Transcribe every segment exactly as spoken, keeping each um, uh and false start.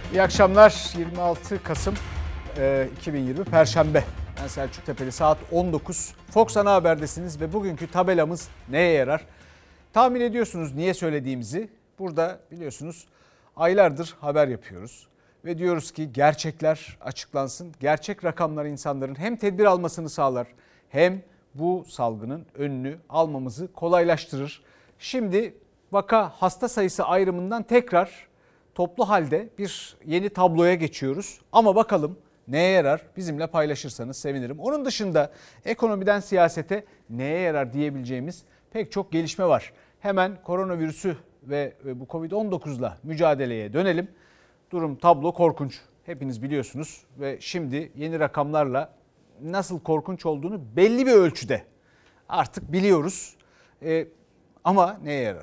İyi akşamlar. yirmi altı Kasım iki bin yirmi Perşembe. Ben Selçuk Tepeli, saat on dokuz. Fox Ana Haber'desiniz ve bugünkü tabelamız neye yarar? Tahmin ediyorsunuz niye söylediğimizi. Burada biliyorsunuz aylardır haber yapıyoruz. Ve diyoruz ki gerçekler açıklansın. Gerçek rakamlar insanların hem tedbir almasını sağlar hem bu salgının önünü almamızı kolaylaştırır. Şimdi vaka hasta sayısı ayrımından tekrar toplu halde bir yeni tabloya geçiyoruz. Ama bakalım neye yarar? Bizimle paylaşırsanız sevinirim. Onun dışında ekonomiden siyasete neye yarar diyebileceğimiz pek çok gelişme var. Hemen koronavirüsü ve bu kovid on dokuzla mücadeleye dönelim. Durum, tablo korkunç. Hepiniz biliyorsunuz ve şimdi yeni rakamlarla nasıl korkunç olduğunu belli bir ölçüde artık biliyoruz. Ee, ama neye yarar?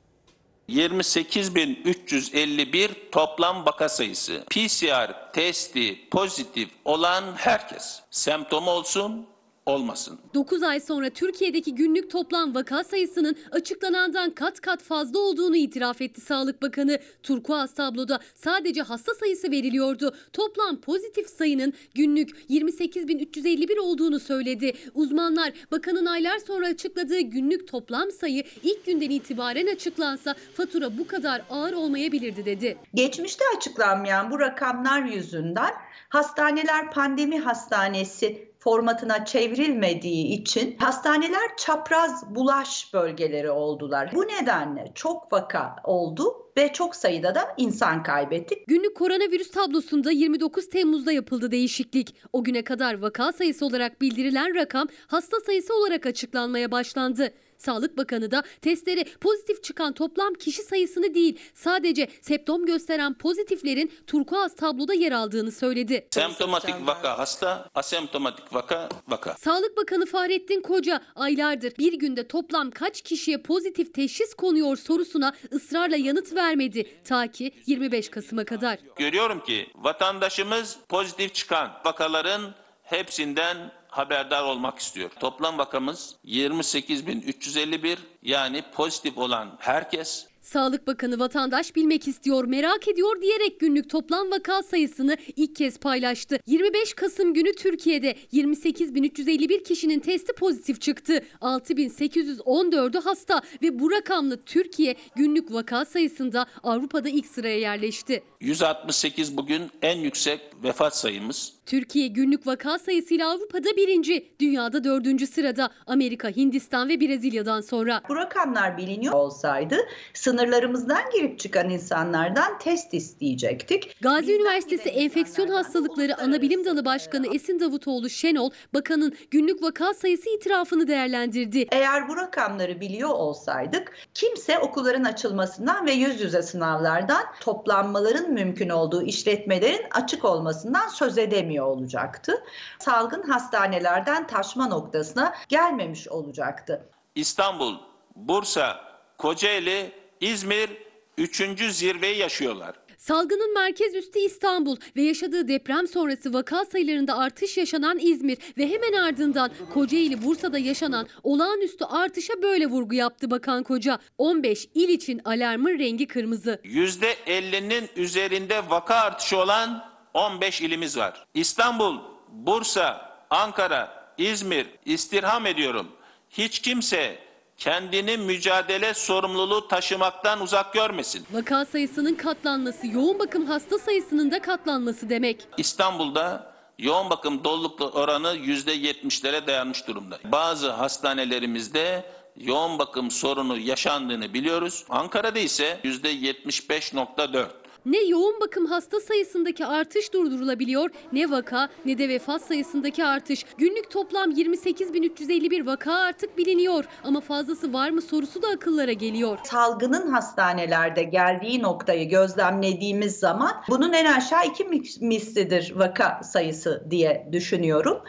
yirmi sekiz bin üç yüz elli bir toplam vaka sayısı. P C R testi pozitif olan herkes. Semptom olsun, olmasın. dokuz ay sonra Türkiye'deki günlük toplam vaka sayısının açıklanandan kat kat fazla olduğunu itiraf etti Sağlık Bakanı. Turkuaz tabloda sadece hasta sayısı veriliyordu. Toplam pozitif sayının günlük yirmi sekiz bin üç yüz elli bir olduğunu söyledi. Uzmanlar bakanın aylar sonra açıkladığı günlük toplam sayı ilk günden itibaren açıklansa fatura bu kadar ağır olmayabilirdi dedi. Geçmişte açıklanmayan bu rakamlar yüzünden hastaneler pandemi hastanesi formatına çevrilmediği için hastaneler çapraz bulaş bölgeleri oldular. Bu nedenle çok vaka oldu ve çok sayıda da insan kaybettik. Günlük koronavirüs tablosunda yirmi dokuz Temmuz'da yapıldı değişiklik. O güne kadar vaka sayısı olarak bildirilen rakam hasta sayısı olarak açıklanmaya başlandı. Sağlık Bakanı da testleri pozitif çıkan toplam kişi sayısını değil, sadece semptom gösteren pozitiflerin turkuaz tabloda yer aldığını söyledi. Semptomatik vaka hasta, asemptomatik vaka vaka. Sağlık Bakanı Fahrettin Koca aylardır bir günde toplam kaç kişiye pozitif teşhis konuyor sorusuna ısrarla yanıt vermedi ta ki yirmi beş Kasım'a kadar. Görüyorum ki vatandaşımız pozitif çıkan vakaların hepsinden haberdar olmak istiyor. Toplam vakamız yirmi sekiz bin üç yüz elli bir, yani pozitif olan herkes. Sağlık Bakanı vatandaş bilmek istiyor, merak ediyor diyerek günlük toplam vaka sayısını ilk kez paylaştı. yirmi beş Kasım günü Türkiye'de yirmi sekiz bin üç yüz elli bir kişinin testi pozitif çıktı. altı bin sekiz yüz on dördü hasta ve bu rakamla Türkiye günlük vaka sayısında Avrupa'da ilk sıraya yerleşti. yüz altmış sekiz bugün en yüksek vefat sayımız. Türkiye günlük vaka sayısıyla Avrupa'da birinci, dünyada dördüncü sırada. Amerika, Hindistan ve Brezilya'dan sonra. Bu rakamlar biliniyor olsaydı sınırlarımızdan girip çıkan insanlardan test isteyecektik. Gazi Bizden Üniversitesi Enfeksiyon Hastalıkları Anabilim Dalı Başkanı Esin Davutoğlu Şenol, bakanın günlük vaka sayısı itirafını değerlendirdi. Eğer bu rakamları biliyor olsaydık kimse okulların açılmasından ve yüz yüze sınavlardan toplanmaların mümkün olduğu işletmelerin açık olmasından söz edemiyor olacaktı. Salgın hastanelerden taşma noktasına gelmemiş olacaktı. İstanbul, Bursa, Kocaeli, İzmir üçüncü zirveyi yaşıyorlar. Salgının merkez üssü İstanbul ve yaşadığı deprem sonrası vaka sayılarında artış yaşanan İzmir ve hemen ardından Kocaeli, Bursa'da yaşanan olağanüstü artışa böyle vurgu yaptı Bakan Koca. on beş il için alarmın rengi kırmızı. yüzde ellinin üzerinde vaka artışı olan on beş ilimiz var. İstanbul, Bursa, Ankara, İzmir, istirham ediyorum. Hiç kimse kendini mücadele sorumluluğu taşımaktan uzak görmesin. Vaka sayısının katlanması, yoğun bakım hasta sayısının da katlanması demek. İstanbul'da yoğun bakım doluluk oranı yüzde yetmişlere dayanmış durumda. Bazı hastanelerimizde yoğun bakım sorunu yaşandığını biliyoruz. Ankara'da ise yüzde yetmiş beş nokta dört. Ne yoğun bakım hasta sayısındaki artış durdurulabiliyor, ne vaka ne de vefat sayısındaki artış. Günlük toplam yirmi sekiz bin üç yüz elli bir vaka artık biliniyor ama fazlası var mı sorusu da akıllara geliyor. Salgının hastanelerde geldiği noktayı gözlemlediğimiz zaman bunun en aşağı iki mislidir vaka sayısı diye düşünüyorum.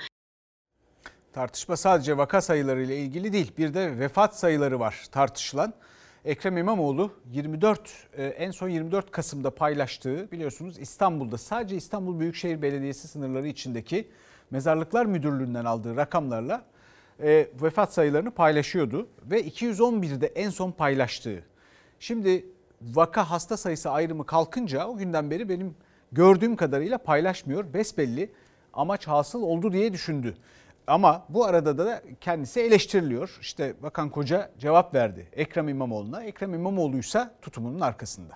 Tartışma sadece vaka sayılarıyla ilgili değil, bir de vefat sayıları var tartışılan. Ekrem İmamoğlu yirmi dört en son yirmi dört Kasım'da paylaştığı, biliyorsunuz İstanbul'da sadece İstanbul Büyükşehir Belediyesi sınırları içindeki Mezarlıklar Müdürlüğü'nden aldığı rakamlarla e, vefat sayılarını paylaşıyordu ve iki yüz on birde en son paylaştığı. Şimdi vaka hasta sayısı ayrımı kalkınca o günden beri benim gördüğüm kadarıyla paylaşmıyor. Besbelli amaç hasıl oldu diye düşündü. Ama bu arada da kendisi eleştiriliyor. İşte Bakan Koca cevap verdi Ekrem İmamoğlu'na. Ekrem İmamoğlu'ysa tutumunun arkasında.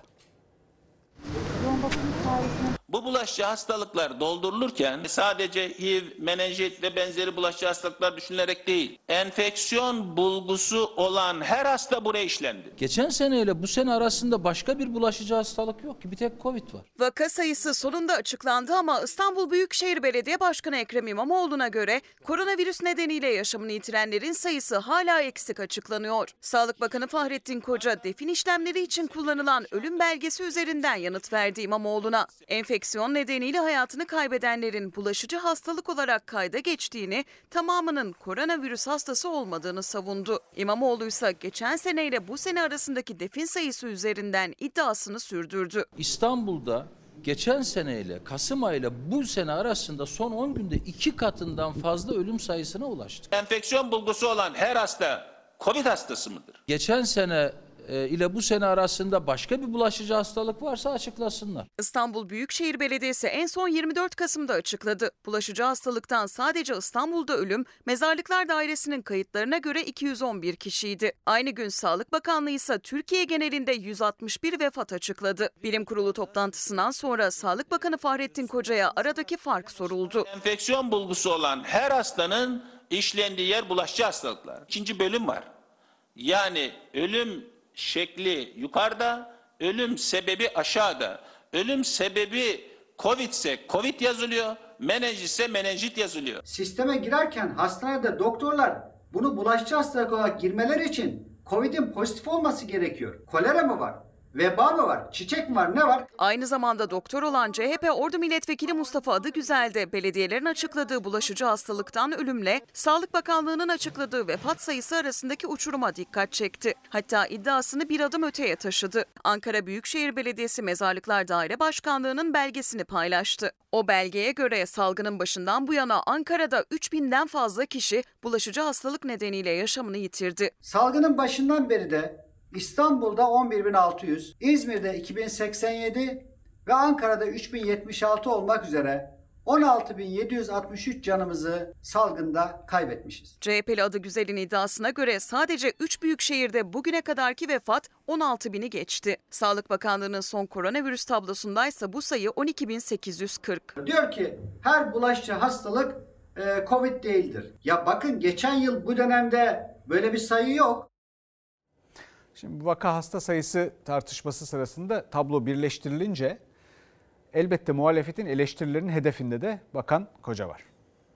Bu bulaşıcı hastalıklar doldurulurken sadece H I V, menenjit ve benzeri bulaşıcı hastalıklar düşünülerek değil, enfeksiyon bulgusu olan her hasta buraya işlendi. Geçen seneyle bu sene arasında başka bir bulaşıcı hastalık yok ki, bir tek Covid var. Vaka sayısı sonunda açıklandı ama İstanbul Büyükşehir Belediye Başkanı Ekrem İmamoğlu'na göre koronavirüs nedeniyle yaşamını yitirenlerin sayısı hala eksik açıklanıyor. Sağlık Bakanı Fahrettin Koca defin işlemleri için kullanılan ölüm belgesi üzerinden yanıt verdi İmamoğlu'na. Enfeksiyon nedeniyle hayatını kaybedenlerin bulaşıcı hastalık olarak kayda geçtiğini, tamamının koronavirüs hastası olmadığını savundu. İmamoğlu ise geçen seneyle bu sene arasındaki defin sayısı üzerinden iddiasını sürdürdü. İstanbul'da geçen seneyle Kasım ayıyla bu sene arasında son on günde iki katından fazla ölüm sayısına ulaştı. Enfeksiyon bulgusu olan her hasta Covid hastası mıdır? Geçen sene ile bu sene arasında başka bir bulaşıcı hastalık varsa açıklasınlar. İstanbul Büyükşehir Belediyesi en son yirmi dört Kasım'da açıkladı. Bulaşıcı hastalıktan sadece İstanbul'da ölüm, Mezarlıklar Dairesi'nin kayıtlarına göre iki yüz on bir kişiydi. Aynı gün Sağlık Bakanlığı ise Türkiye genelinde yüz altmış bir vefat açıkladı. Bilim Kurulu toplantısından sonra Sağlık Bakanı Fahrettin Koca'ya aradaki fark soruldu. Enfeksiyon bulgusu olan her hastanın işlendiği yer bulaşıcı hastalıklar. İkinci bölüm var. Yani ölüm şekli yukarıda, ölüm sebebi aşağıda. Ölüm sebebi Covid ise Covid yazılıyor, menenjit ise menenjit yazılıyor. Sisteme girerken hastanede doktorlar bunu bulaşıcı hastalık olarak girmeler için Covid'in pozitif olması gerekiyor. Kolera mı var? Veba mı var? Çiçek mi var? Ne var? Aynı zamanda doktor olan C H P Ordu Milletvekili Mustafa Adıgüzel de belediyelerin açıkladığı bulaşıcı hastalıktan ölümle Sağlık Bakanlığı'nın açıkladığı vefat sayısı arasındaki uçuruma dikkat çekti. Hatta iddiasını bir adım öteye taşıdı. Ankara Büyükşehir Belediyesi Mezarlıklar Daire Başkanlığı'nın belgesini paylaştı. O belgeye göre salgının başından bu yana Ankara'da üç binden fazla kişi bulaşıcı hastalık nedeniyle yaşamını yitirdi. Salgının başından beri de İstanbul'da on bir bin altı yüz, İzmir'de iki bin seksen yedi ve Ankara'da üç bin yetmiş altı olmak üzere on altı bin yedi yüz altmış üç canımızı salgında kaybetmişiz. C H P'li Adıgüzel'in iddiasına göre sadece üç büyük şehirde bugüne kadarki vefat on altı bini geçti. Sağlık Bakanlığı'nın son koronavirüs tablosundaysa bu sayı on iki bin sekiz yüz kırk. Diyor ki her bulaşıcı hastalık e, Covid değildir. Ya bakın geçen yıl bu dönemde böyle bir sayı yok. Şimdi vaka hasta sayısı tartışması sırasında tablo birleştirilince elbette muhalefetin eleştirilerinin hedefinde de Bakan Koca var.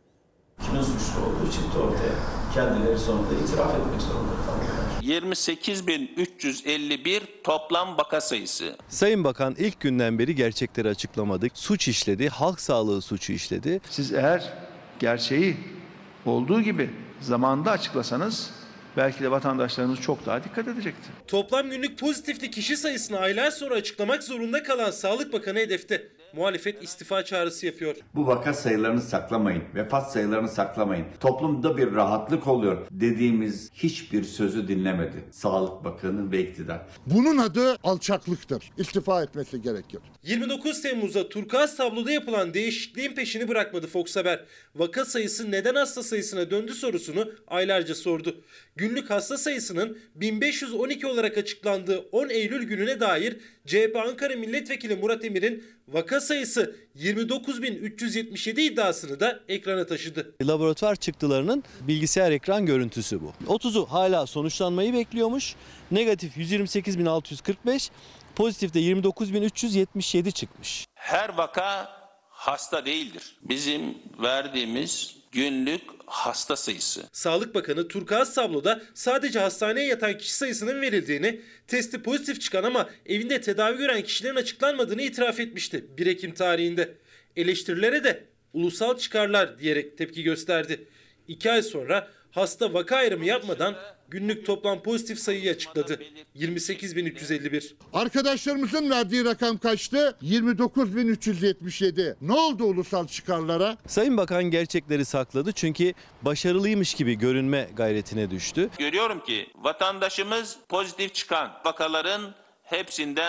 Kimin suçlu olduğu çıktı ortaya. Kendileri sonunda itiraf etmek zorunda kaldılar. yirmi sekiz bin üç yüz elli bir toplam vaka sayısı. Sayın Bakan ilk günden beri gerçekleri açıklamadık. Suç işledi, halk sağlığı suçu işledi. Siz eğer gerçeği olduğu gibi zamanında açıklasanız belki de vatandaşlarımız çok daha dikkat edecekti. Toplam günlük pozitifli kişi sayısını aylar sonra açıklamak zorunda kalan Sağlık Bakanı hedefte. Muhalefet istifa çağrısı yapıyor. Bu vaka sayılarını saklamayın, vefat sayılarını saklamayın. Toplumda bir rahatlık oluyor dediğimiz hiçbir sözü dinlemedi Sağlık Bakanı ve iktidar. Bunun adı alçaklıktır. İstifa etmesi gerekiyor. yirmi dokuz Temmuz'da turkuaz tabloda yapılan değişikliğin peşini bırakmadı Fox Haber. Vaka sayısı neden hasta sayısına döndü sorusunu aylarca sordu. Günlük hasta sayısının bin beş yüz on iki olarak açıklandığı on Eylül gününe dair C H P Ankara Milletvekili Murat Emir'in vaka sayısı yirmi dokuz bin üç yüz yetmiş yedi iddiasını da ekrana taşıdı. Laboratuvar çıktılarının bilgisayar ekran görüntüsü bu. otuzu hala sonuçlanmayı bekliyormuş. Negatif yüz yirmi sekiz bin altı yüz kırk beş, pozitif de yirmi dokuz bin üç yüz yetmiş yedi çıkmış. Her vaka hasta değildir. Bizim verdiğimiz günlük hasta sayısı. Sağlık Bakanı turkuaz tabloda sadece hastaneye yatan kişi sayısının verildiğini, testi pozitif çıkan ama evinde tedavi gören kişilerin açıklanmadığını itiraf etmişti bir Ekim tarihinde. Eleştirilere de ulusal çıkarlar diyerek tepki gösterdi. İki ay sonra hasta vaka ayrımı yapmadan günlük toplam pozitif sayıyı açıkladı. yirmi sekiz bin üç yüz elli bir. Arkadaşlarımızın verdiği rakam kaçtı? yirmi dokuz bin üç yüz yetmiş yedi. Ne oldu ulusal çıkarlara? Sayın Bakan gerçekleri sakladı çünkü başarılıymış gibi görünme gayretine düştü. Görüyorum ki vatandaşımız pozitif çıkan vakaların hepsinden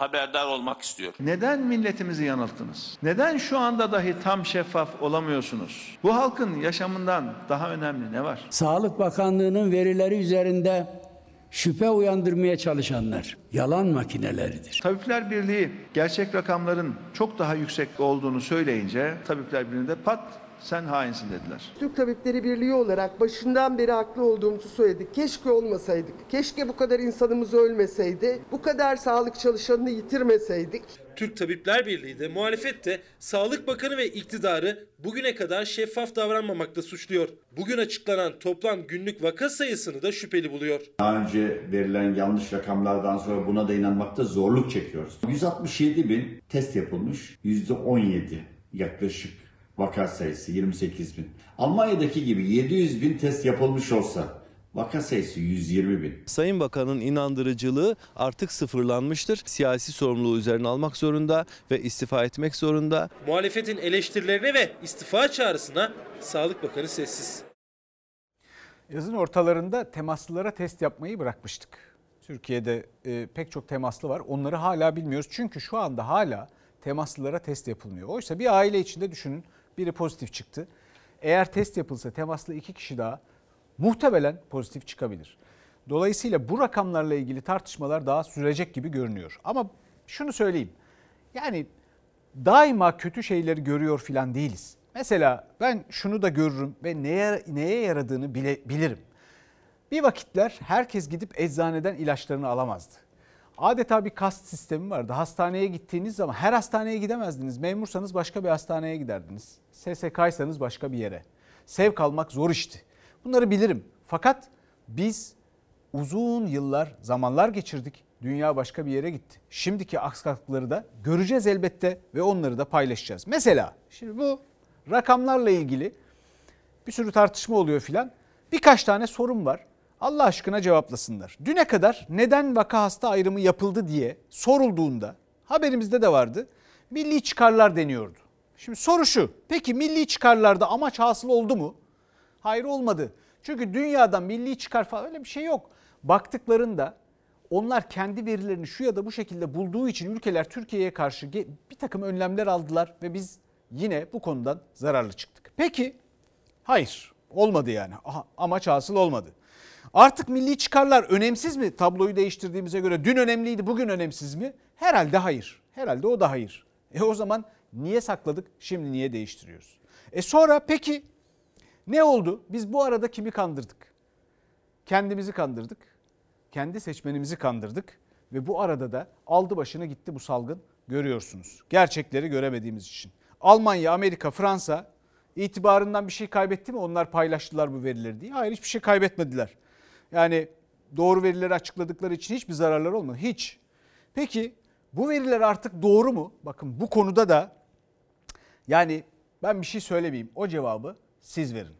haberdar olmak istiyor. Neden milletimizi yanılttınız? Neden şu anda dahi tam şeffaf olamıyorsunuz? Bu halkın yaşamından daha önemli ne var? Sağlık Bakanlığı'nın verileri üzerinde şüphe uyandırmaya çalışanlar yalan makineleridir. Tabipler Birliği gerçek rakamların çok daha yüksek olduğunu söyleyince Tabipler Birliği'nde pat sen hainsin dediler. Türk Tabipleri Birliği olarak başından beri haklı olduğumuzu söyledik. Keşke olmasaydık. Keşke bu kadar insanımız ölmeseydi. Bu kadar sağlık çalışanını yitirmeseydik. Türk Tabipler Birliği de muhalefet de Sağlık Bakanı ve iktidarı bugüne kadar şeffaf davranmamakta suçluyor. Bugün açıklanan toplam günlük vaka sayısını da şüpheli buluyor. Daha önce verilen yanlış rakamlardan sonra buna da inanmakta zorluk çekiyoruz. yüz altmış yedi bin test yapılmış, yüzde on yedi yaklaşık vaka sayısı yirmi sekiz bin. Almanya'daki gibi yedi yüz bin test yapılmış olsa vaka sayısı yüz yirmi bin. Sayın Bakan'ın inandırıcılığı artık sıfırlanmıştır. Siyasi sorumluluğu üzerine almak zorunda ve istifa etmek zorunda. Muhalefetin eleştirilerine ve istifa çağrısına Sağlık Bakanı sessiz. Yazın ortalarında temaslılara test yapmayı bırakmıştık. Türkiye'de e, pek çok temaslı var. Onları hala bilmiyoruz. Çünkü şu anda hala temaslılara test yapılmıyor. Oysa bir aile içinde düşünün, biri pozitif çıktı. Eğer test yapılsa temaslı iki kişi daha muhtemelen pozitif çıkabilir. Dolayısıyla bu rakamlarla ilgili tartışmalar daha sürecek gibi görünüyor. Ama şunu söyleyeyim. Yani daima kötü şeyleri görüyor filan değiliz. Mesela ben şunu da görürüm ve neye, neye yaradığını bile, bilirim. Bir vakitler herkes gidip eczaneden ilaçlarını alamazdı. Adeta bir kast sistemi vardı. Hastaneye gittiğiniz zaman her hastaneye gidemezdiniz. Memursanız başka bir hastaneye giderdiniz. S S K'ysanız başka bir yere. Sevk almak zor işti. Bunları bilirim. Fakat biz uzun yıllar, zamanlar geçirdik. Dünya başka bir yere gitti. Şimdiki aksaklıkları da göreceğiz elbette ve onları da paylaşacağız. Mesela şimdi bu rakamlarla ilgili bir sürü tartışma oluyor filan. Birkaç tane sorum var. Allah aşkına cevaplasınlar. Düne kadar neden vaka hasta ayrımı yapıldı diye sorulduğunda haberimizde de vardı. Milli çıkarlar deniyordu. Şimdi soru şu. Peki milli çıkarlarda amaç hasıl oldu mu? Hayır, olmadı. Çünkü dünyada milli çıkar falan öyle bir şey yok. Baktıklarında onlar kendi verilerini şu ya da bu şekilde bulduğu için ülkeler Türkiye'ye karşı bir takım önlemler aldılar ve biz yine bu konudan zararlı çıktık. Peki hayır, olmadı yani. Aha, amaç hasıl olmadı. Artık milli çıkarlar önemsiz mi tabloyu değiştirdiğimize göre? Dün önemliydi, bugün önemsiz mi? Herhalde hayır. Herhalde o da hayır. E o zaman niye sakladık, şimdi niye değiştiriyoruz? E sonra peki ne oldu? Biz bu arada kimi kandırdık? Kendimizi kandırdık. Kendi seçmenimizi kandırdık. Ve bu arada da aldı başını gitti bu salgın, görüyorsunuz. Gerçekleri göremediğimiz için. Almanya, Amerika, Fransa itibarından bir şey kaybetti mi? Onlar paylaştılar bu verileri diye. Hayır, hiçbir şey kaybetmediler. Yani doğru verileri açıkladıkları için hiçbir zararları olmadı. Hiç. Peki bu veriler artık doğru mu? Bakın bu konuda da yani ben bir şey söylemeyeyim. O cevabı siz verin.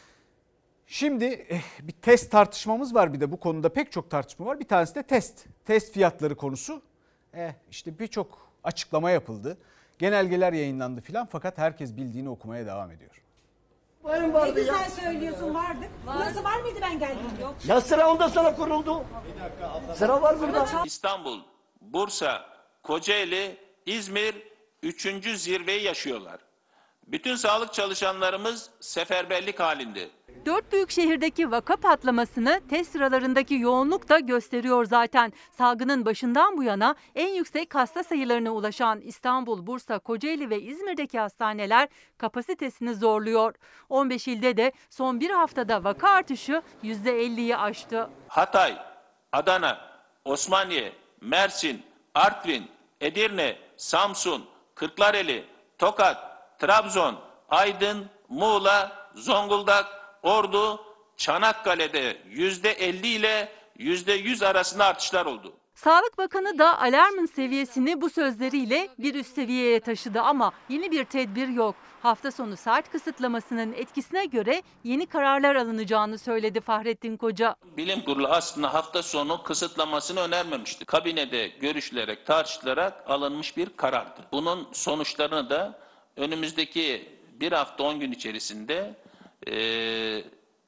Şimdi bir test tartışmamız var, bir de bu konuda pek çok tartışma var. Bir tanesi de test. Test fiyatları konusu. Eh, işte birçok açıklama yapıldı. Genelgeler yayınlandı filan, fakat herkes bildiğini okumaya devam ediyor. Varım vardı ne güzel ya. Söylüyorsun, vardı. Var. Burası var mıydı ben geldiğimde? Yok. Ya sıra onda sonra kuruldu. Sıra var burada. İstanbul, Bursa, Kocaeli, İzmir üçüncü zirveyi yaşıyorlar. Bütün sağlık çalışanlarımız seferberlik halinde. Dört büyük şehirdeki vaka patlamasını test sıralarındaki yoğunluk da gösteriyor zaten. Salgının başından bu yana en yüksek hasta sayılarına ulaşan İstanbul, Bursa, Kocaeli ve İzmir'deki hastaneler kapasitesini zorluyor. on beş ilde de son bir haftada vaka artışı yüzde elliyi aştı. Hatay, Adana, Osmaniye, Mersin, Artvin, Edirne, Samsun, Kırklareli, Tokat, Trabzon, Aydın, Muğla, Zonguldak, Ordu, Çanakkale'de yüzde elli ile yüzde yüz arasında artışlar oldu. Sağlık Bakanı da alarmın seviyesini bu sözleriyle bir üst seviyeye taşıdı ama yeni bir tedbir yok. Hafta sonu saat kısıtlamasının etkisine göre yeni kararlar alınacağını söyledi Fahrettin Koca. Bilim Kurulu aslında hafta sonu kısıtlamasını önermemişti. Kabinede görüşülerek, tartışılarak alınmış bir karardı. Bunun sonuçlarını da önümüzdeki bir hafta on gün içerisinde e,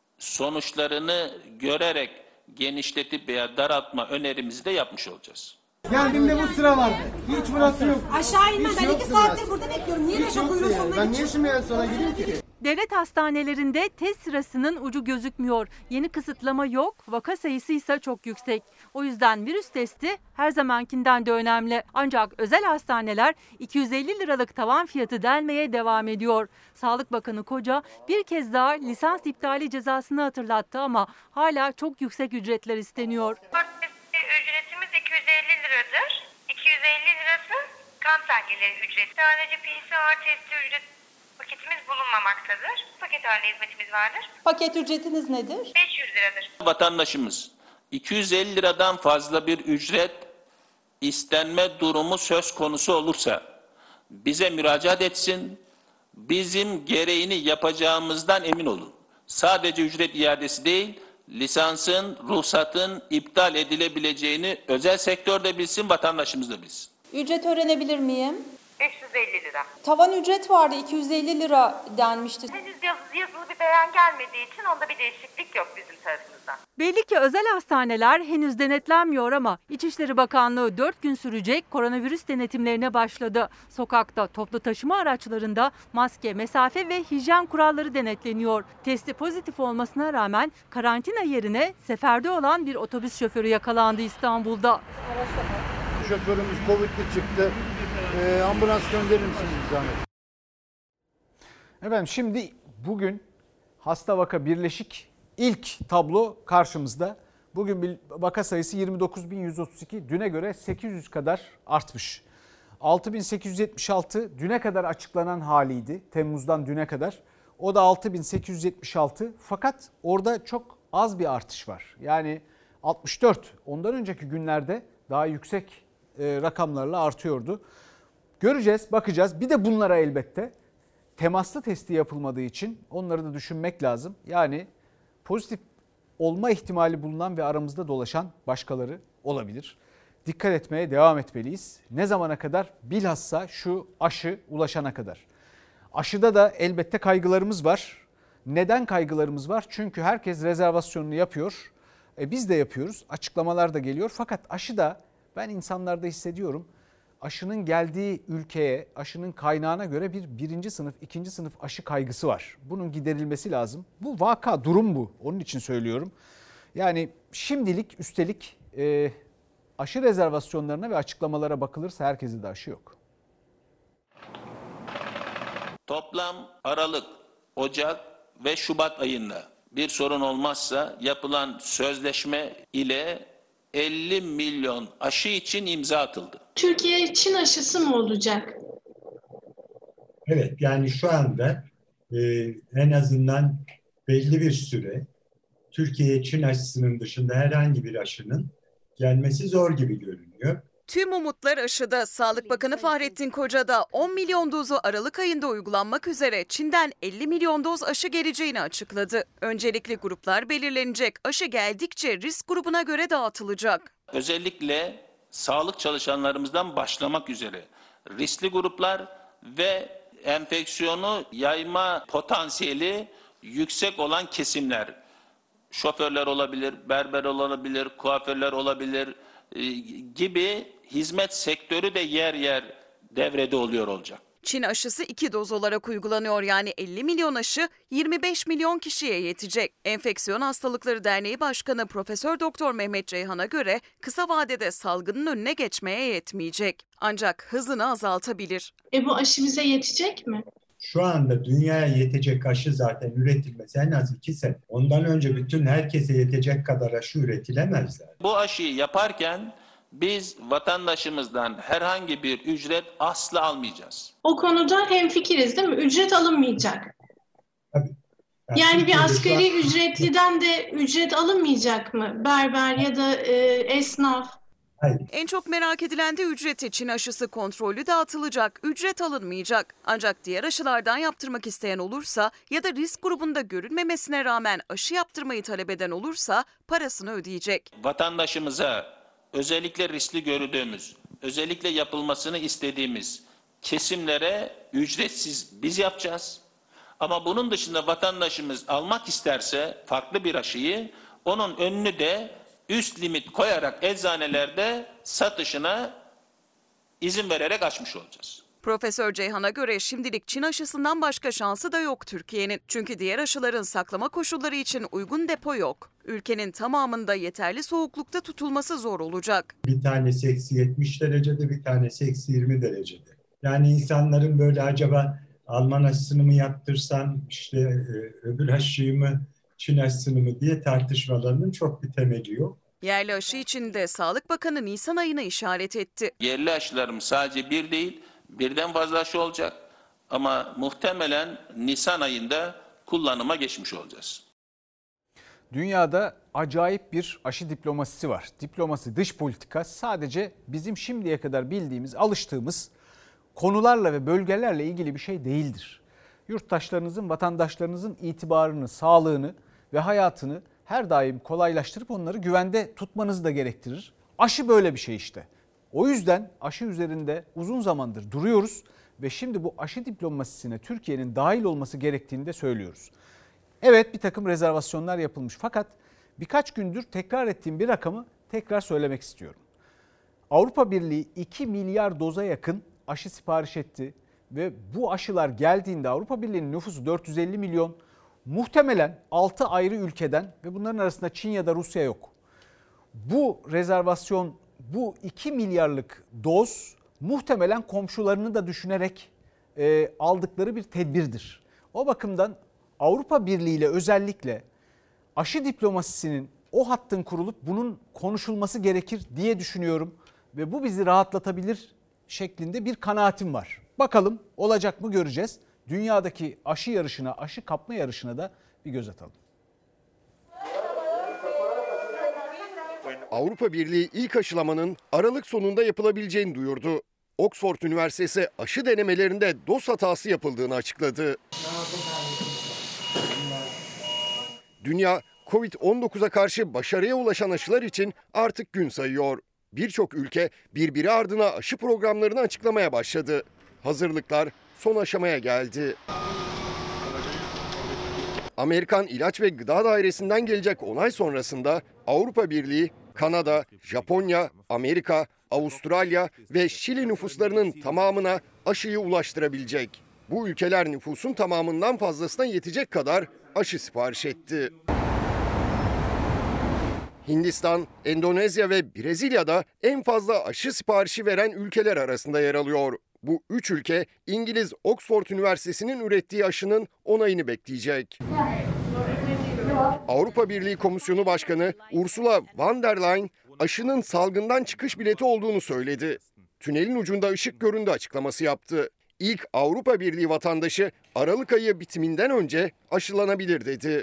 sonuçlarını görerek genişletip veya daraltma önerimizi de yapmış olacağız. Geldiğimde bu sıra vardı. Hiç burası yok. Aşağı inmem. Hiç Ben iki yoktu saattir burası. burada bekliyorum. Niye Hiç beş yoktu kuyruğun yani. sonuna Ben niye geçeyim? şimdi en sona gireyim ki? Devlet hastanelerinde test sırasının ucu gözükmüyor. Yeni kısıtlama yok, vaka sayısı ise çok yüksek. O yüzden virüs testi her zamankinden de önemli. Ancak özel hastaneler iki yüz elli liralık tavan fiyatı delmeye devam ediyor. Sağlık Bakanı Koca bir kez daha lisans iptali cezasını hatırlattı ama hala çok yüksek ücretler isteniyor. Ücretimiz iki yüz elli liradır. iki yüz elli lirası kan tahlilleri ücreti. Sadece P C R testi ücret paketimiz bulunmamaktadır. Paket halinde hizmetimiz vardır. Paket ücretiniz nedir? beş yüz liradır. Vatandaşımız iki yüz elli liradan fazla bir ücret istenme durumu söz konusu olursa bize müracaat etsin. Bizim gereğini yapacağımızdan emin olun. Sadece ücret iadesi değil, lisansın, ruhsatın iptal edilebileceğini özel sektör de bilsin, vatandaşımız da bilsin. Ücret öğrenebilir miyim? beş yüz elli lira. Tavan ücret vardı, iki yüz elli lira denmişti. Henüz yazılı, yazılı bir beyan gelmediği için onda bir değişiklik yok bizim tarafımızdan. Belli ki özel hastaneler henüz denetlenmiyor ama İçişleri Bakanlığı dört gün sürecek koronavirüs denetimlerine başladı. Sokakta, toplu taşıma araçlarında maske, mesafe ve hijyen kuralları denetleniyor. Testi pozitif olmasına rağmen karantina yerine seferde olan bir otobüs şoförü yakalandı İstanbul'da. Şoförümüz Covid'li çıktı. Ee, ambulans gönderir misiniz bir zahmet? Efendim şimdi bugün hasta vaka birleşik ilk tablo karşımızda. Bugün bir vaka sayısı yirmi dokuz bin yüz otuz iki, düne göre sekiz yüz kadar artmış. altı bin sekiz yüz yetmiş altı düne kadar açıklanan haliydi, Temmuz'dan düne kadar. O da altı bin sekiz yüz yetmiş altı, fakat orada çok az bir artış var. Yani altmış dört, ondan önceki günlerde daha yüksek rakamlarla artıyordu. Göreceğiz, bakacağız. Bir de bunlara elbette temaslı testi yapılmadığı için onları da düşünmek lazım. Yani pozitif olma ihtimali bulunan ve aramızda dolaşan başkaları olabilir. Dikkat etmeye devam etmeliyiz. Ne zamana kadar? Bilhassa şu aşı ulaşana kadar. Aşıda da elbette kaygılarımız var. Neden kaygılarımız var? Çünkü herkes rezervasyonunu yapıyor. E biz de yapıyoruz. Açıklamalar da geliyor. Fakat aşıda ben insanlarda hissediyorum, aşının geldiği ülkeye, aşının kaynağına göre bir birinci sınıf, ikinci sınıf aşı kaygısı var. Bunun giderilmesi lazım. Bu vaka, durum bu. Onun için söylüyorum. Yani şimdilik üstelik e, aşı rezervasyonlarına ve açıklamalara bakılırsa herkese de aşı yok. Toplam Aralık, Ocak ve Şubat ayında bir sorun olmazsa yapılan sözleşme ile elli milyon aşı için imza atıldı. Türkiye Çin aşısı mı olacak? Evet, yani şu anda e, en azından belli bir süre Türkiye'ye Çin aşısının dışında herhangi bir aşının gelmesi zor gibi görünüyor. Tüm umutlar aşıda. Sağlık Bakanı Fahrettin Koca da on milyon dozu Aralık ayında uygulanmak üzere Çin'den elli milyon doz aşı geleceğini açıkladı. Öncelikli gruplar belirlenecek. Aşı geldikçe risk grubuna göre dağıtılacak. Özellikle sağlık çalışanlarımızdan başlamak üzere riskli gruplar ve enfeksiyonu yayma potansiyeli yüksek olan kesimler, şoförler olabilir, berber olabilir, kuaförler olabilir e, gibi hizmet sektörü de yer yer devrede oluyor olacak. Çin aşısı iki doz olarak uygulanıyor, yani elli milyon aşı yirmi beş milyon kişiye yetecek. Enfeksiyon Hastalıkları Derneği Başkanı Profesör Doktor Mehmet Ceyhan'a göre kısa vadede salgının önüne geçmeye yetmeyecek. Ancak hızını azaltabilir. E bu aşı bize yetecek mi? Şu anda dünyaya yetecek aşı zaten üretilmesi en az iki sene. Ondan önce bütün herkese yetecek kadar aşı üretilemezler. Bu aşıyı yaparken biz vatandaşımızdan herhangi bir ücret asla almayacağız. O konuda hemfikiriz değil mi? Ücret alınmayacak. Tabii. Yani, yani bir asgari an... ücretliden de ücret alınmayacak mı? Berber ya da e, esnaf. Hayır. En çok merak edilen de ücreti. Çin aşısı kontrollü dağıtılacak, ücret alınmayacak. Ancak diğer aşılardan yaptırmak isteyen olursa ya da risk grubunda görünmemesine rağmen aşı yaptırmayı talep eden olursa parasını ödeyecek. Vatandaşımıza özellikle riskli gördüğümüz, özellikle yapılmasını istediğimiz kesimlere ücretsiz biz yapacağız. Ama bunun dışında vatandaşımız almak isterse farklı bir aşıyı, onun önünü de üst limit koyarak eczanelerde satışına izin vererek açmış olacağız. Profesör Ceyhan'a göre şimdilik Çin aşısından başka şansı da yok Türkiye'nin. Çünkü diğer aşıların saklama koşulları için uygun depo yok. Ülkenin tamamında yeterli soğuklukta tutulması zor olacak. Bir tanesi eksi yetmiş derecede, bir tanesi eksi yirmi derecede. Yani insanların böyle acaba Alman aşısını mı yaptırsam, işte öbür aşıyı mı, Çin aşısını mı diye tartışmalarının çok bir temeli yok. Yerli aşı için de Sağlık Bakanı Nisan ayına işaret etti. Yerli aşılarımız sadece bir değil, birden fazla aşı olacak ama muhtemelen Nisan ayında kullanıma geçmiş olacağız. Dünyada acayip bir aşı diplomasisi var. Diplomasi, dış politika sadece bizim şimdiye kadar bildiğimiz, alıştığımız konularla ve bölgelerle ilgili bir şey değildir. Yurttaşlarınızın, vatandaşlarınızın itibarını, sağlığını ve hayatını her daim kolaylaştırıp onları güvende tutmanızı da gerektirir. Aşı böyle bir şey işte. O yüzden aşı üzerinde uzun zamandır duruyoruz ve şimdi bu aşı diplomasisine Türkiye'nin dahil olması gerektiğini de söylüyoruz. Evet, bir takım rezervasyonlar yapılmış fakat birkaç gündür tekrar ettiğim bir rakamı tekrar söylemek istiyorum. Avrupa Birliği iki milyar doza yakın aşı sipariş etti ve bu aşılar geldiğinde Avrupa Birliği'nin nüfusu dört yüz elli milyon, muhtemelen altı ayrı ülkeden ve bunların arasında Çin ya da Rusya yok. Bu rezervasyon, bu iki milyarlık doz muhtemelen komşularını da düşünerek e, aldıkları bir tedbirdir. O bakımdan Avrupa Birliği ile özellikle aşı diplomasisinin o hattın kurulup bunun konuşulması gerekir diye düşünüyorum ve bu bizi rahatlatabilir şeklinde bir kanaatim var. Bakalım olacak mı göreceğiz. Dünyadaki aşı yarışına, aşı kapma yarışına da bir göz atalım. Avrupa Birliği ilk aşılamanın Aralık sonunda yapılabileceğini duyurdu. Oxford Üniversitesi aşı denemelerinde doz hatası yapıldığını açıkladı. Dünya, kovid on dokuza karşı başarıya ulaşan aşılar için artık gün sayıyor. Birçok ülke birbiri ardına aşı programlarını açıklamaya başladı. Hazırlıklar son aşamaya geldi. Amerikan İlaç ve Gıda Dairesi'nden gelecek onay sonrasında Avrupa Birliği, Kanada, Japonya, Amerika, Avustralya ve Şili nüfuslarının tamamına aşıyı ulaştırabilecek. Bu ülkeler nüfusun tamamından fazlasına yetecek kadar aşı sipariş etti. Hindistan, Endonezya ve Brezilya'da en fazla aşı siparişi veren ülkeler arasında yer alıyor. Bu üç ülke İngiliz Oxford Üniversitesi'nin ürettiği aşının onayını bekleyecek. Avrupa Birliği Komisyonu Başkanı Ursula von der Leyen aşının salgından çıkış bileti olduğunu söyledi. Tünelin ucunda ışık göründü açıklaması yaptı. İlk Avrupa Birliği vatandaşı Aralık ayı bitiminden önce aşılanabilir dedi.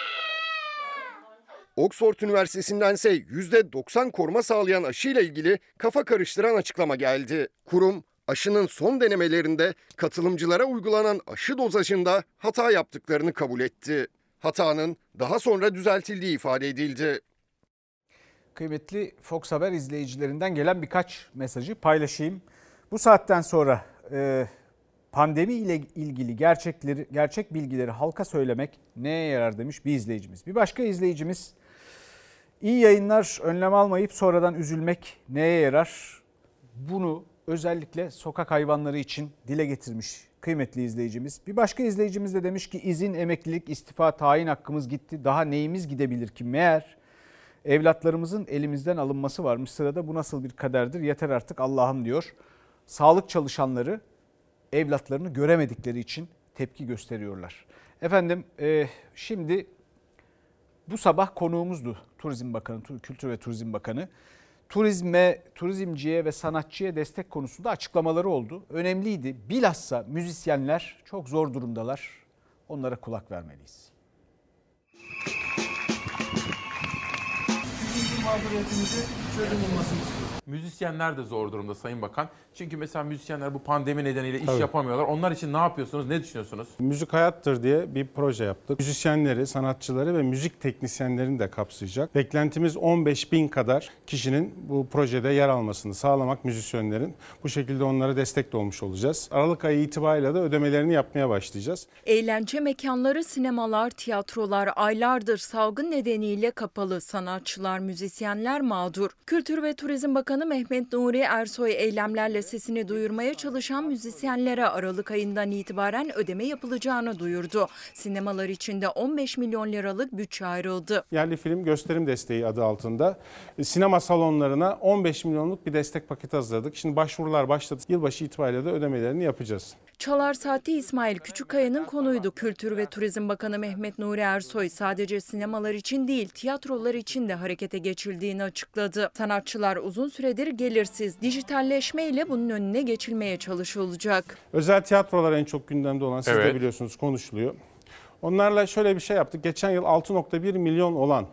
Oxford Üniversitesi'ndense yüzde doksan koruma sağlayan aşıyla ilgili kafa karıştıran açıklama geldi. Kurum, aşının son denemelerinde katılımcılara uygulanan aşı dozajında hata yaptıklarını kabul etti. Hatanın daha sonra düzeltildiği ifade edildi. Kıymetli Fox Haber izleyicilerinden gelen birkaç mesajı paylaşayım. Bu saatten sonra e, pandemi ile ilgili gerçekleri, gerçek bilgileri halka söylemek neye yarar demiş bir izleyicimiz. Bir başka izleyicimiz, iyi yayınlar, önlem almayıp sonradan üzülmek neye yarar? Bunu özellikle sokak hayvanları için dile getirmiş kıymetli izleyicimiz. Bir başka izleyicimiz de demiş ki izin, emeklilik, istifa, tayin hakkımız gitti. Daha neyimiz gidebilir ki? Meğer evlatlarımızın elimizden alınması varmış sırada. Bu nasıl bir kaderdir? Yeter artık Allah'ım diyor. Sağlık çalışanları evlatlarını göremedikleri için tepki gösteriyorlar. Efendim e, şimdi bu sabah konuğumuzdu Turizm Bakanı, Kültür ve Turizm Bakanı. Turizme, turizmciye ve sanatçıya destek konusunda açıklamaları oldu. Önemliydi. Bilhassa müzisyenler çok zor durumdalar. Onlara kulak vermeliyiz. Bizim mağduriyetimizi çözüm bulmasını istiyoruz. Müzisyenler de zor durumda Sayın Bakan. Çünkü mesela müzisyenler bu pandemi nedeniyle iş Tabii. yapamıyorlar. Onlar için ne yapıyorsunuz, ne düşünüyorsunuz? Müzik Hayattır diye bir proje yaptık. Müzisyenleri, sanatçıları ve müzik teknisyenlerini de kapsayacak. Beklentimiz on beş bin kadar kişinin bu projede yer almasını sağlamak, müzisyenlerin. Bu şekilde onlara destek de olmuş olacağız. Aralık ayı itibariyle de ödemelerini yapmaya başlayacağız. Eğlence mekanları, sinemalar, tiyatrolar aylardır salgın nedeniyle kapalı. Sanatçılar, müzisyenler mağdur. Kültür ve Turizm Bakanı Mehmet Nuri Ersoy eylemlerle sesini duyurmaya çalışan müzisyenlere Aralık ayından itibaren ödeme yapılacağını duyurdu. Sinemalar için de on beş milyon liralık bütçe ayrıldı. Yerli film gösterim desteği adı altında sinema salonlarına on beş milyonluk bir destek paketi hazırladık. Şimdi başvurular başladı. Yılbaşı itibariyle de ödemelerini yapacağız. Çalar Saati İsmail Küçükkaya'nın konuydu. Kültür ve Turizm Bakanı Mehmet Nuri Ersoy sadece sinemalar için değil, tiyatrolar için de harekete geçildiğini açıkladı. Sanatçılar uzun süredir gelirsiz, dijitalleşmeyle bunun önüne geçilmeye çalışılacak. Özel tiyatrolar en çok gündemde olan, siz Evet. de biliyorsunuz, konuşuluyor. Onlarla şöyle bir şey yaptık. Geçen yıl altı nokta bir milyon olan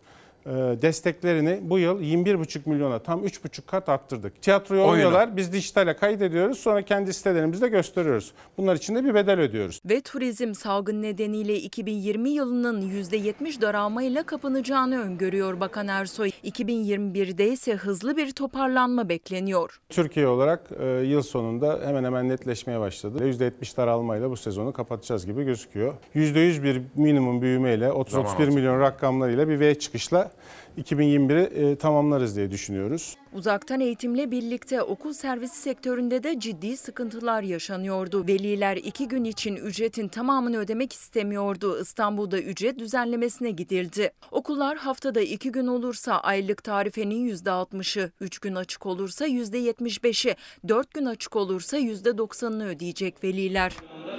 desteklerini bu yıl yirmi bir buçuk milyona, tam üç buçuk kat arttırdık. Tiyatroyu oynuyorlar, biz dijitale kaydediyoruz, sonra kendi sitelerimizde gösteriyoruz. Bunlar için de bir bedel ödüyoruz. Ve turizm salgın nedeniyle iki bin yirmi yılının yüzde yetmiş daralmayla kapanacağını öngörüyor Bakan Ersoy. iki bin yirmi birde ise hızlı bir toparlanma bekleniyor. Türkiye olarak yıl sonunda hemen hemen netleşmeye başladı. yüzde yetmiş daralmayla bu sezonu kapatacağız gibi gözüküyor. yüzde yüz bir minimum büyümeyle, otuz otuz bir milyon rakamlarıyla bir V çıkışla iki bin yirmi biri e, tamamlarız diye düşünüyoruz. Uzaktan eğitimle birlikte okul servisi sektöründe de ciddi sıkıntılar yaşanıyordu. Veliler iki gün için ücretin tamamını ödemek istemiyordu. İstanbul'da ücret düzenlemesine gidildi. Okullar haftada iki gün olursa aylık tarifenin yüzde altmışı, üç gün açık olursa yüzde yetmiş beşi, dört gün açık olursa yüzde doksanını ödeyecek veliler.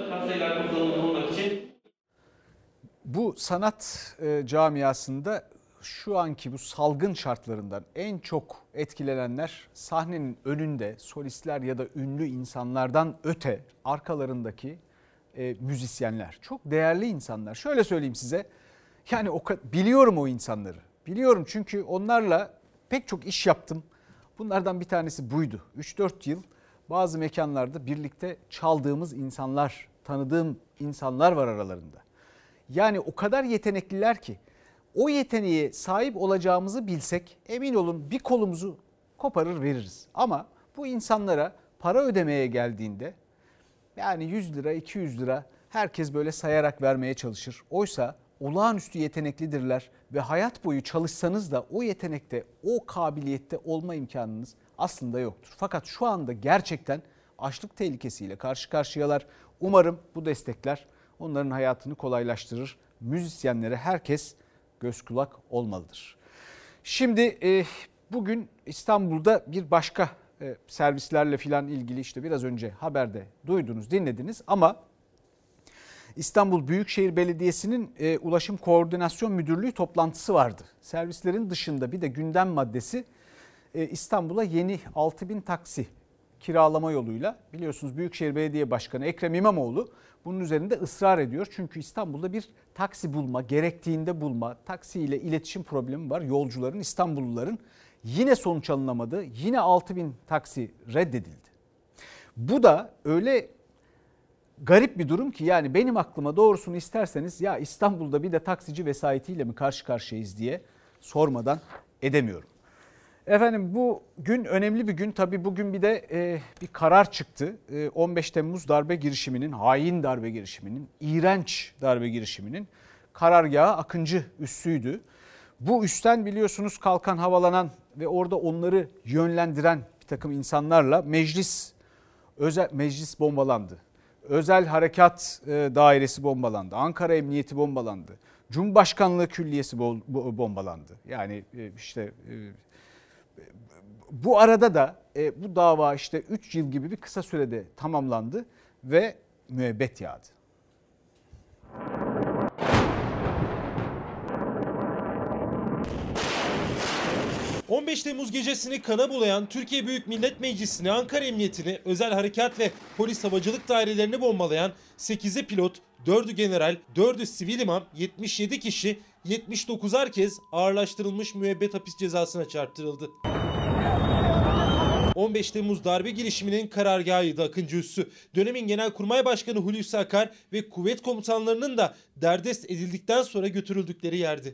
Bu sanat e, camiasında şu anki bu salgın şartlarından en çok etkilenenler sahnenin önünde solistler ya da ünlü insanlardan öte arkalarındaki e, müzisyenler. Çok değerli insanlar. Şöyle söyleyeyim size, yani o biliyorum o insanları. Biliyorum çünkü onlarla pek çok iş yaptım. Bunlardan bir tanesi buydu. üç dört yıl bazı mekanlarda birlikte çaldığımız insanlar, tanıdığım insanlar var aralarında. Yani o kadar yetenekliler ki o yeteneğe sahip olacağımızı bilsek emin olun bir kolumuzu koparır veririz. Ama bu insanlara para ödemeye geldiğinde yani yüz lira, iki yüz lira herkes böyle sayarak vermeye çalışır. Oysa olağanüstü yeteneklidirler ve hayat boyu çalışsanız da o yetenekte, o kabiliyette olma imkanınız aslında yoktur. Fakat şu anda gerçekten açlık tehlikesiyle karşı karşıyalar. Umarım bu destekler onların hayatını kolaylaştırır. Müzisyenlere herkes göz kulak olmalıdır. Şimdi e, bugün İstanbul'da bir başka e, servislerle filan ilgili işte biraz önce haberde duydunuz, dinlediniz ama İstanbul Büyükşehir Belediyesi'nin e, Ulaşım Koordinasyon Müdürlüğü toplantısı vardı. Servislerin dışında bir de gündem maddesi e, İstanbul'a yeni altı bin taksi kiralama yoluyla, biliyorsunuz Büyükşehir Belediye Başkanı Ekrem İmamoğlu bunun üzerinde ısrar ediyor. Çünkü İstanbul'da bir taksi bulma, gerektiğinde bulma, taksiyle iletişim problemi var yolcuların, İstanbulluların. Yine sonuç alınamadı. Yine altı bin taksi reddedildi. Bu da öyle garip bir durum ki yani benim aklıma doğrusunu isterseniz ya İstanbul'da bir de taksici vesayetiyle mi karşı karşıyayız diye sormadan edemiyorum. Efendim bu gün önemli bir gün. Tabii bugün bir de e, bir karar çıktı. E, on beş Temmuz darbe girişiminin, hain darbe girişiminin, iğrenç darbe girişiminin karargahı Akıncı üssüydü. Bu üstten biliyorsunuz kalkan, havalanan ve orada onları yönlendiren bir takım insanlarla meclis özel meclis bombalandı. Özel Harekat e, Dairesi bombalandı. Ankara Emniyeti bombalandı. Cumhurbaşkanlığı Külliyesi bombalandı. Yani e, işte e, bu arada da e, bu dava işte üç yıl gibi bir kısa sürede tamamlandı ve müebbet yağdı. on beş Temmuz gecesini kana bulayan Türkiye Büyük Millet Meclisi'ni, Ankara Emniyetini, Özel Harekat ve Polis Havacılık Dairelerini bombalayan sekizi pilot, dördü general, dördü sivil imam, yetmiş yedi kişi, yetmiş dokuzar kez ağırlaştırılmış müebbet hapis cezasına çarptırıldı. on beş Temmuz darbe girişiminin karargahıydı Akıncı Üssü. Dönemin Genelkurmay Başkanı Hulusi Akar ve kuvvet komutanlarının da derdest edildikten sonra götürüldükleri yerdi.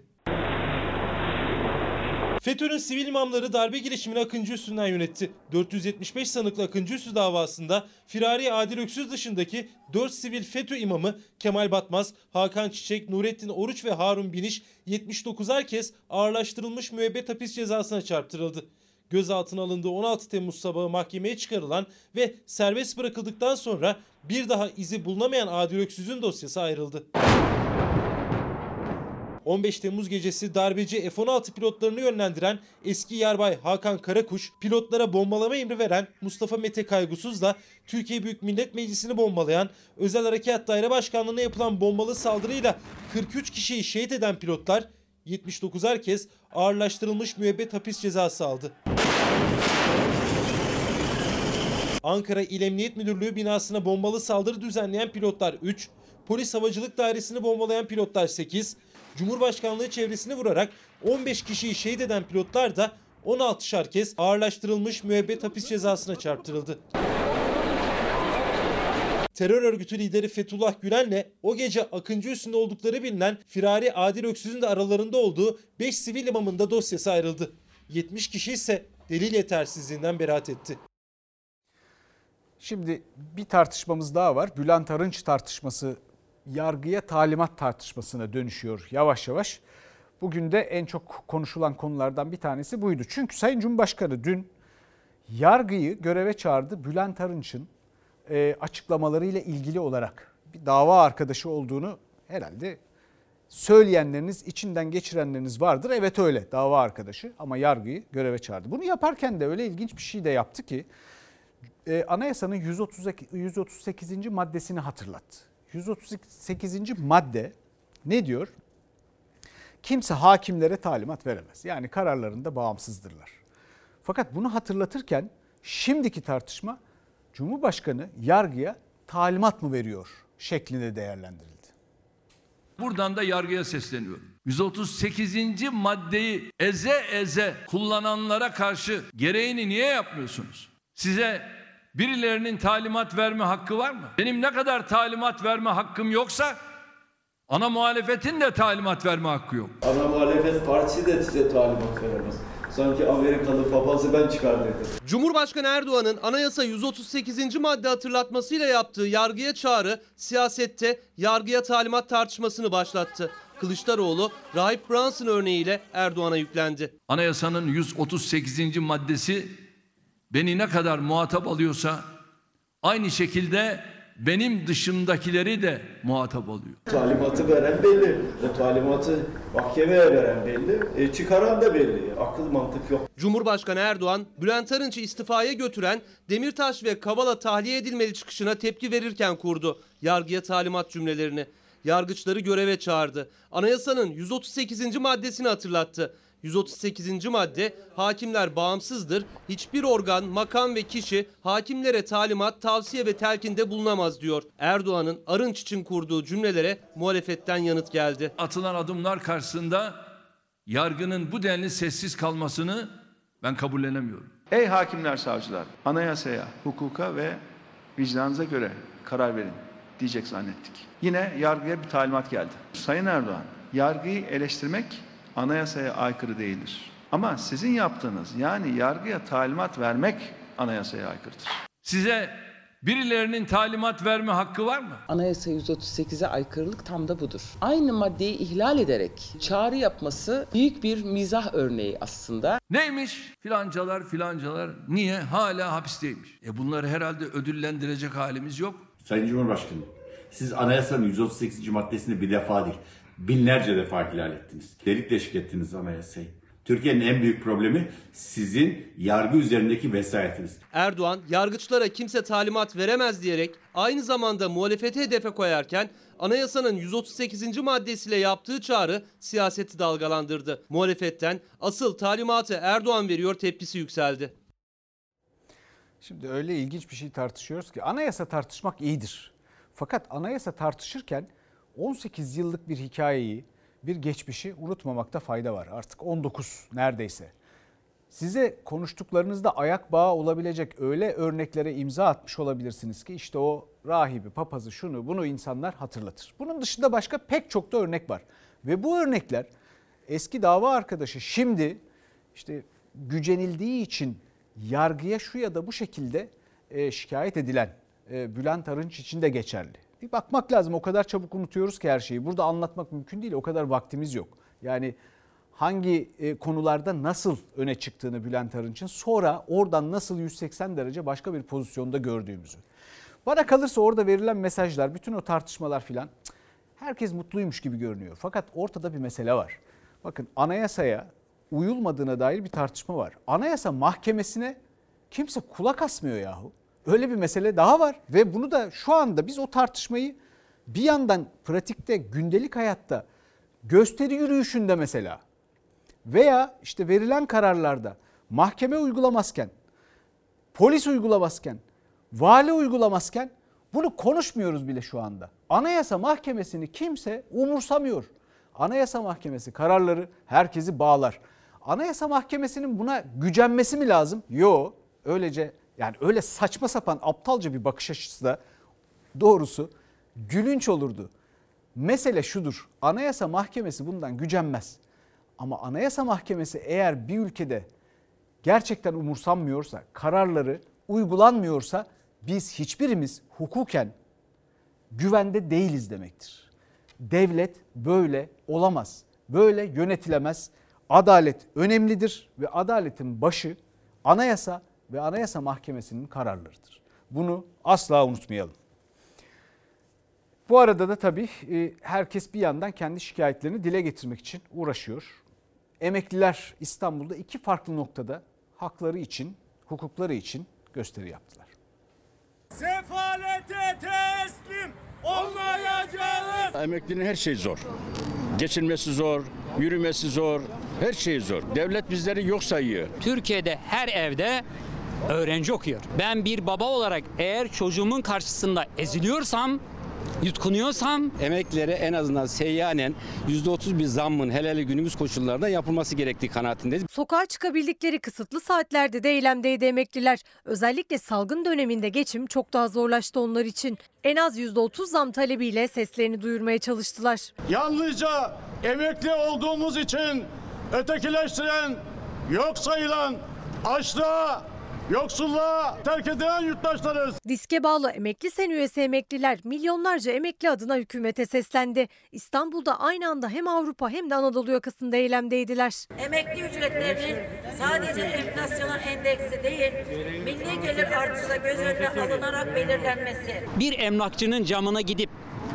FETÖ'nün sivil imamları darbe girişimini Akıncı Üssü'nden yönetti. dört yüz yetmiş beş sanıklı Akıncı Üssü davasında Firari Adil Öksüz dışındaki dört sivil FETÖ imamı Kemal Batmaz, Hakan Çiçek, Nurettin Oruç ve Harun Biniş yetmiş dokuzar kez ağırlaştırılmış müebbet hapis cezasına çarptırıldı. Gözaltına alındığı on altı Temmuz sabahı mahkemeye çıkarılan ve serbest bırakıldıktan sonra bir daha izi bulunamayan Adil Öksüz'ün dosyası ayrıldı. on beş Temmuz gecesi darbeci F on altı pilotlarını yönlendiren eski yarbay Hakan Karakuş, pilotlara bombalama emri veren Mustafa Mete Kaygusuz'la Türkiye Büyük Millet Meclisi'ni bombalayan, Özel Harekat Daire Başkanlığı'na yapılan bombalı saldırıyla kırk üç kişiyi şehit eden pilotlar yetmiş dokuzar kez ağırlaştırılmış müebbet hapis cezası aldı. Ankara İl Emniyet Müdürlüğü binasına bombalı saldırı düzenleyen pilotlar üç, Polis Havacılık Dairesi'ni bombalayan pilotlar sekiz, Cumhurbaşkanlığı çevresini vurarak on beş kişiyi şehit eden pilotlar da on altışar kez ağırlaştırılmış müebbet hapis cezasına çarptırıldı. Terör örgütü lideri Fethullah Gülen'le o gece Akıncı Üssü'nde oldukları bilinen Firari Adil Öksüz'ün de aralarında olduğu beş sivil imamın da dosyası ayrıldı. yetmiş kişi ise delil yetersizliğinden beraat etti. Şimdi bir tartışmamız daha var. Bülent Arınç tartışması yargıya talimat tartışmasına dönüşüyor yavaş yavaş. Bugün de en çok konuşulan konulardan bir tanesi buydu. Çünkü Sayın Cumhurbaşkanı dün yargıyı göreve çağırdı. Bülent Arınç'ın e, açıklamalarıyla ilgili olarak bir dava arkadaşı olduğunu herhalde söyleyenleriniz, içinden geçirenleriniz vardır. Evet öyle, dava arkadaşı, ama yargıyı göreve çağırdı. Bunu yaparken de öyle ilginç bir şey de yaptı ki e, anayasanın yüz otuz sekizinci maddesini hatırlattı. yüz otuz sekizinci madde ne diyor? Kimse hakimlere talimat veremez. Yani kararlarında bağımsızdırlar. Fakat bunu hatırlatırken şimdiki tartışma Cumhurbaşkanı yargıya talimat mı veriyor şeklinde değerlendirildi. Buradan da yargıya sesleniyorum. yüz otuz sekizinci maddeyi eze eze kullananlara karşı gereğini niye yapmıyorsunuz? Size birilerinin talimat verme hakkı var mı? Benim ne kadar talimat verme hakkım yoksa ana muhalefetin de talimat verme hakkı yok. Ana muhalefet partisi de size talimat veremez. Sanki Amerikalı papazı ben çıkardım. Cumhurbaşkanı Erdoğan'ın anayasa yüz otuz sekizinci madde hatırlatmasıyla yaptığı yargıya çağrı siyasette yargıya talimat tartışmasını başlattı. Kılıçdaroğlu Rahip Brunson örneğiyle Erdoğan'a yüklendi. Anayasanın yüz otuz sekizinci maddesi beni ne kadar muhatap alıyorsa aynı şekilde benim dışımdakileri de muhatap alıyor. Talimatı veren belli. O talimatı mahkemeye veren belli. E, çıkaran da belli. Akıl mantık yok. Cumhurbaşkanı Erdoğan, Bülent Arınç'ı istifaya götüren Demirtaş ve Kavala tahliye edilmeli çıkışına tepki verirken kurdu yargıya talimat cümlelerini. Yargıçları göreve çağırdı. Anayasanın yüz otuz sekizinci maddesini hatırlattı. yüz otuz sekizinci madde hakimler bağımsızdır. Hiçbir organ, makam ve kişi hakimlere talimat, tavsiye ve telkinde bulunamaz diyor. Erdoğan'ın Arınç için kurduğu cümlelere muhalefetten yanıt geldi. Atılan adımlar karşısında yargının bu denli sessiz kalmasını ben kabullenemiyorum. Ey hakimler, savcılar, anayasaya, hukuka ve vicdanınıza göre karar verin diyecek zannettik. Yine yargıya bir talimat geldi. Sayın Erdoğan, yargıyı eleştirmek anayasaya aykırı değildir. Ama sizin yaptığınız, yani yargıya talimat vermek anayasaya aykırıdır. Size birilerinin talimat verme hakkı var mı? Anayasa yüz otuz sekize aykırılık tam da budur. Aynı maddeyi ihlal ederek çağrı yapması büyük bir mizah örneği aslında. Neymiş? Filancalar filancalar niye hala hapisteymiş? E bunları herhalde ödüllendirecek halimiz yok. Sayın Cumhurbaşkanı, siz anayasanın yüz otuz sekizinci maddesini bir defa değil, binlerce defa ihlal ettiniz. Delik deşik ettiniz anayasayı. Türkiye'nin en büyük problemi sizin yargı üzerindeki vesayetiniz. Erdoğan, yargıçlara kimse talimat veremez diyerek aynı zamanda muhalefeti hedefe koyarken anayasanın yüz otuz sekizinci maddesiyle yaptığı çağrı siyaseti dalgalandırdı. Muhalefetten asıl talimatı Erdoğan veriyor tepkisi yükseldi. Şimdi öyle ilginç bir şey tartışıyoruz ki anayasa tartışmak iyidir. Fakat anayasa tartışırken on sekiz yıllık bir hikayeyi, bir geçmişi unutmamakta fayda var. Artık on dokuz neredeyse. Size konuştuklarınızda ayak bağı olabilecek öyle örneklere imza atmış olabilirsiniz ki işte o rahibi, papazı, şunu bunu insanlar hatırlatır. Bunun dışında başka pek çok da örnek var. Ve bu örnekler eski dava arkadaşı şimdi işte gücenildiği için yargıya şu ya da bu şekilde e, şikayet edilen e, Bülent Arınç için de geçerli. Bir bakmak lazım, o kadar çabuk unutuyoruz ki her şeyi. Burada anlatmak mümkün değil, o kadar vaktimiz yok. Yani hangi e, konularda nasıl öne çıktığını Bülent Arınç'ın, sonra oradan nasıl yüz seksen derece başka bir pozisyonda gördüğümüzü. Bana kalırsa orada verilen mesajlar, bütün o tartışmalar filan, herkes mutluymuş gibi görünüyor. Fakat ortada bir mesele var. Bakın, anayasaya uyulmadığına dair bir tartışma var. Anayasa Mahkemesi'ne kimse kulak asmıyor yahu. Öyle bir mesele daha var ve bunu da şu anda biz o tartışmayı bir yandan pratikte, gündelik hayatta, gösteri yürüyüşünde mesela veya işte verilen kararlarda mahkeme uygulamazken, polis uygulamazken, vali uygulamazken bunu konuşmuyoruz bile şu anda. Anayasa Mahkemesi'ni kimse umursamıyor. Anayasa Mahkemesi kararları herkesi bağlar. Anayasa Mahkemesi'nin buna gücenmesi mi lazım? Yok. Öylece, yani öyle saçma sapan aptalca bir bakış açısı da doğrusu gülünç olurdu. Mesele şudur: Anayasa Mahkemesi bundan gücenmez. Ama Anayasa Mahkemesi eğer bir ülkede gerçekten umursanmıyorsa, kararları uygulanmıyorsa biz hiçbirimiz hukuken güvende değiliz demektir. Devlet böyle olamaz, böyle yönetilemez. Adalet önemlidir ve adaletin başı anayasa ve Anayasa Mahkemesi'nin kararlarıdır. Bunu asla unutmayalım. Bu arada da tabii herkes bir yandan kendi şikayetlerini dile getirmek için uğraşıyor. Emekliler İstanbul'da iki farklı noktada hakları için, hukukları için gösteri yaptılar. Sefalete teslim olmayacağız. Emeklinin her şeyi zor. Geçinmesi zor, yürümesi zor, her şey zor. Devlet bizleri yok sayıyor. Türkiye'de her evde öğrenci okuyor. Ben bir baba olarak eğer çocuğumun karşısında eziliyorsam, yutkunuyorsam, emeklilere en azından seyyanen yüzde otuz bir zammın hele hele günümüz koşullarında yapılması gerektiği kanaatindeyim. Sokağa çıkabildikleri kısıtlı saatlerde de eylemdeydi emekliler. Özellikle salgın döneminde geçim çok daha zorlaştı onlar için. En az yüzde otuz zam talebiyle seslerini duyurmaya çalıştılar. Yalnızca emekli olduğumuz için ötekileştiren, yok sayılan, açlığa, yoksulluğa terk edilen yurttaşlarız. Diske bağlı emekli sen üyesi emekliler milyonlarca emekli adına hükümete seslendi. İstanbul'da aynı anda hem Avrupa hem de Anadolu yakasında eylemdeydiler. Emekli ücretlerinin sadece enflasyona endeksi değil, milli gelir artışla göz önüne alınarak belirlenmesi. bir emlakçının camına gidip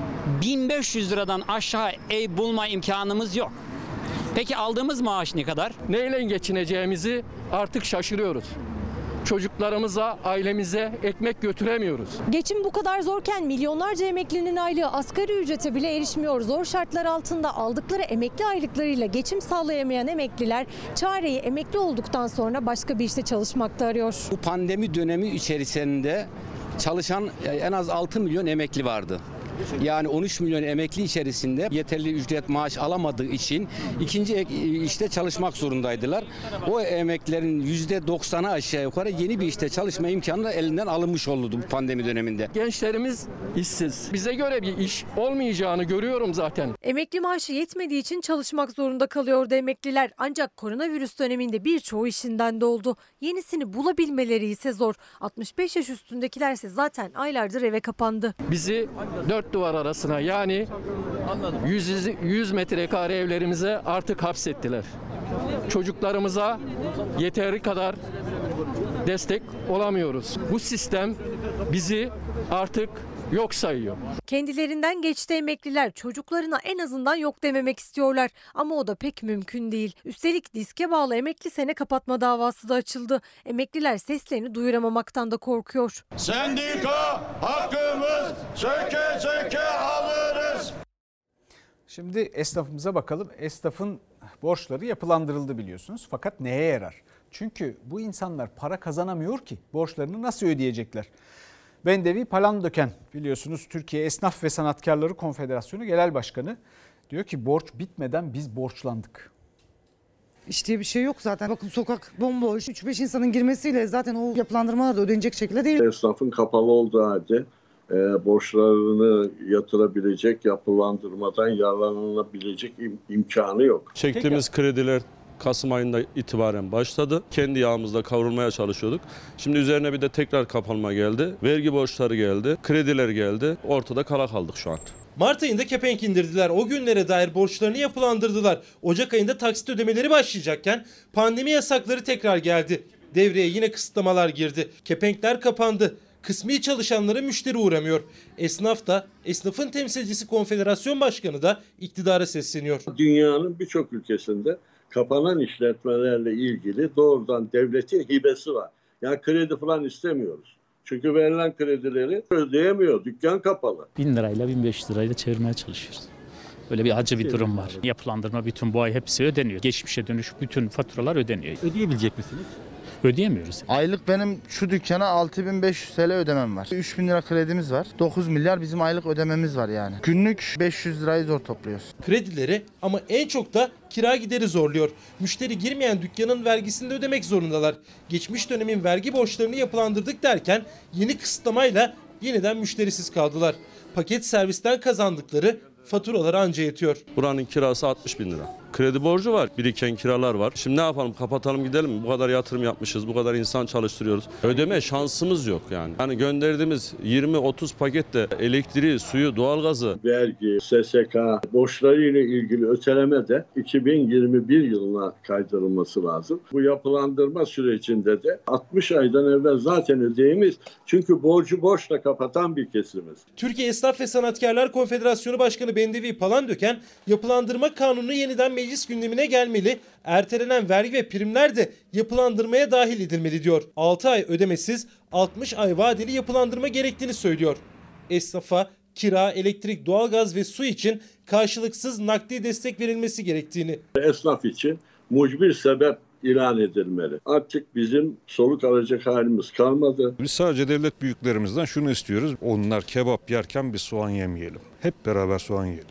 bin beş yüz liradan aşağı ev bulma imkanımız yok. Peki aldığımız maaş ne kadar? Neyle geçineceğimizi artık şaşırıyoruz. Çocuklarımıza, ailemize ekmek götüremiyoruz. Geçim bu kadar zorken milyonlarca emeklinin aylığı asgari ücrete bile erişmiyor. Zor şartlar altında aldıkları emekli aylıklarıyla geçim sağlayamayan emekliler çareyi emekli olduktan sonra başka bir işte çalışmakta arıyor. Bu pandemi dönemi içerisinde çalışan en az altı milyon emekli vardı. Yani on üç milyon emekli içerisinde yeterli ücret maaş alamadığı için ikinci işte çalışmak zorundaydılar. O emeklilerin yüzde doksanı aşağı yukarı yeni bir işte çalışma imkanı da elinden alınmış oldu bu pandemi döneminde. Gençlerimiz işsiz. Bize göre bir iş olmayacağını görüyorum zaten. Emekli maaşı yetmediği için çalışmak zorunda kalıyordu emekliler. Ancak koronavirüs döneminde birçoğu işinden de oldu. Yenisini bulabilmeleri ise zor. altmış beş yaş üstündekilerse zaten aylardır eve kapandı. Bizi dört duvar arasına, yani yüz metrekare evlerimize artık hapsettiler. Çocuklarımıza yeteri kadar destek olamıyoruz. Bu sistem bizi artık yok sayıyor. Kendilerinden geçti emekliler. Çocuklarına en azından yok dememek istiyorlar. Ama o da pek mümkün değil. Üstelik diske bağlı emekli sene kapatma davası da açıldı. Emekliler seslerini duyuramamaktan da korkuyor. Sendika hakkımız söke söke alırız. Şimdi esnafımıza bakalım. Esnafın borçları yapılandırıldı biliyorsunuz. Fakat neye yarar? Çünkü bu insanlar para kazanamıyor ki. Borçlarını nasıl ödeyecekler? Bendevi Palandöken, biliyorsunuz Türkiye Esnaf ve Sanatkarları Konfederasyonu Genel Başkanı, diyor ki borç bitmeden biz borçlandık. İş diye bir şey yok zaten. Bakın sokak bomboş. üç beş insanın girmesiyle zaten o yapılandırmalar da ödenecek şekilde değil. Esnafın kapalı olduğu halde e, borçlarını yatırabilecek, yapılandırmadan yararlanabilecek im- imkanı yok. Çektiğimiz krediler Kasım ayında itibaren başladı. Kendi yağımızda kavrulmaya çalışıyorduk. Şimdi üzerine bir de tekrar kapanma geldi. Vergi borçları geldi, krediler geldi. Ortada kala kaldık şu an. Mart ayında kepenk indirdiler. O günlere dair borçlarını yapılandırdılar. Ocak ayında taksit ödemeleri başlayacakken pandemi yasakları tekrar geldi. Devreye yine kısıtlamalar girdi. Kepenkler kapandı. Kısmi çalışanlara müşteri uğramıyor. Esnaf da, esnafın temsilcisi Konfederasyon Başkanı da iktidara sesleniyor. Dünyanın birçok ülkesinde kapanan işletmelerle ilgili doğrudan devletin hibesi var. Yani kredi falan istemiyoruz. Çünkü verilen kredileri ödeyemiyor. Dükkan kapalı. bin lirayla bin beş yüz lirayla çevirmeye çalışıyoruz. Böyle bir acı bir durum var. Yapılandırma bütün bu ay hepsi ödeniyor. Geçmişe dönüş bütün faturalar ödeniyor. Ödeyebilecek misiniz? Ödeyemiyoruz. Aylık benim şu dükkana altı bin beş yüz TL ödemem var. üç bin lira kredimiz var. dokuz milyar bizim aylık ödememiz var yani. Günlük beş yüz lirayı zor topluyoruz. Kredileri ama en çok da kira gideri zorluyor. Müşteri girmeyen dükkanın vergisini de ödemek zorundalar. Geçmiş dönemin vergi borçlarını yapılandırdık derken yeni kısıtlamayla yeniden müşterisiz kaldılar. Paket servisten kazandıkları faturaları anca yetiyor. Buranın kirası altmış bin lira. Kredi borcu var, biriken kiralar var. Şimdi ne yapalım, kapatalım gidelim mi? Bu kadar yatırım yapmışız, bu kadar insan çalıştırıyoruz. Ödeme şansımız yok yani. Hani gönderdiğimiz yirmi otuz pakette elektriği, suyu, doğalgazı. Vergi, S S K borçlarıyla ilgili öteleme de iki bin yirmi bir yılına kaydırılması lazım. Bu yapılandırma sürecinde de altmış aydan evvel zaten ödeyemeyiz. Çünkü borcu borçla kapatan bir kesimiz. Türkiye Esnaf ve Sanatkarlar Konfederasyonu Başkanı Bendevi Palandöken yapılandırma kanunu yeniden meclis gündemine gelmeli, ertelenen vergi ve primler de yapılandırmaya dahil edilmeli diyor. altı ay ödemesiz, altmış ay vadeli yapılandırma gerektiğini söylüyor. Esnafa kira, elektrik, doğalgaz ve su için karşılıksız nakdi destek verilmesi gerektiğini. Esnaf için mucbir sebep ilan edilmeli. Artık bizim soluk alacak halimiz kalmadı. Biz sadece devlet büyüklerimizden şunu istiyoruz. Onlar kebap yerken biz soğan yemeyelim. Hep beraber soğan yiyelim.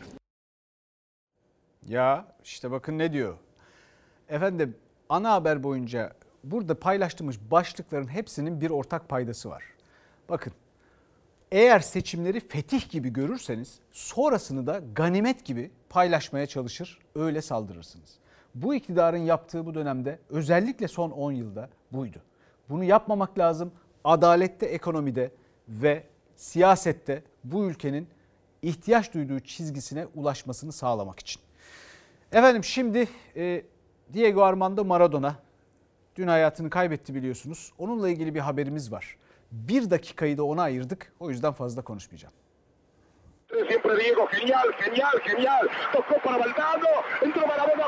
Ya işte bakın ne diyor. Efendim ana haber boyunca burada paylaştığımız başlıkların hepsinin bir ortak paydası var. Bakın eğer seçimleri fetih gibi görürseniz sonrasını da ganimet gibi paylaşmaya çalışır, öyle saldırırsınız. Bu iktidarın yaptığı bu dönemde özellikle son on yılda buydu. Bunu yapmamak lazım. Adalette, ekonomide ve siyasette bu ülkenin ihtiyaç duyduğu çizgisine ulaşmasını sağlamak için. Efendim şimdi e, Diego Armando Maradona dün hayatını kaybetti biliyorsunuz. Onunla ilgili bir haberimiz var. Bir dakikayı da ona ayırdık. O yüzden fazla konuşmayacağım. Siempre Diego, genial, genial, genial. Tocó para Valdano. Entró Maradona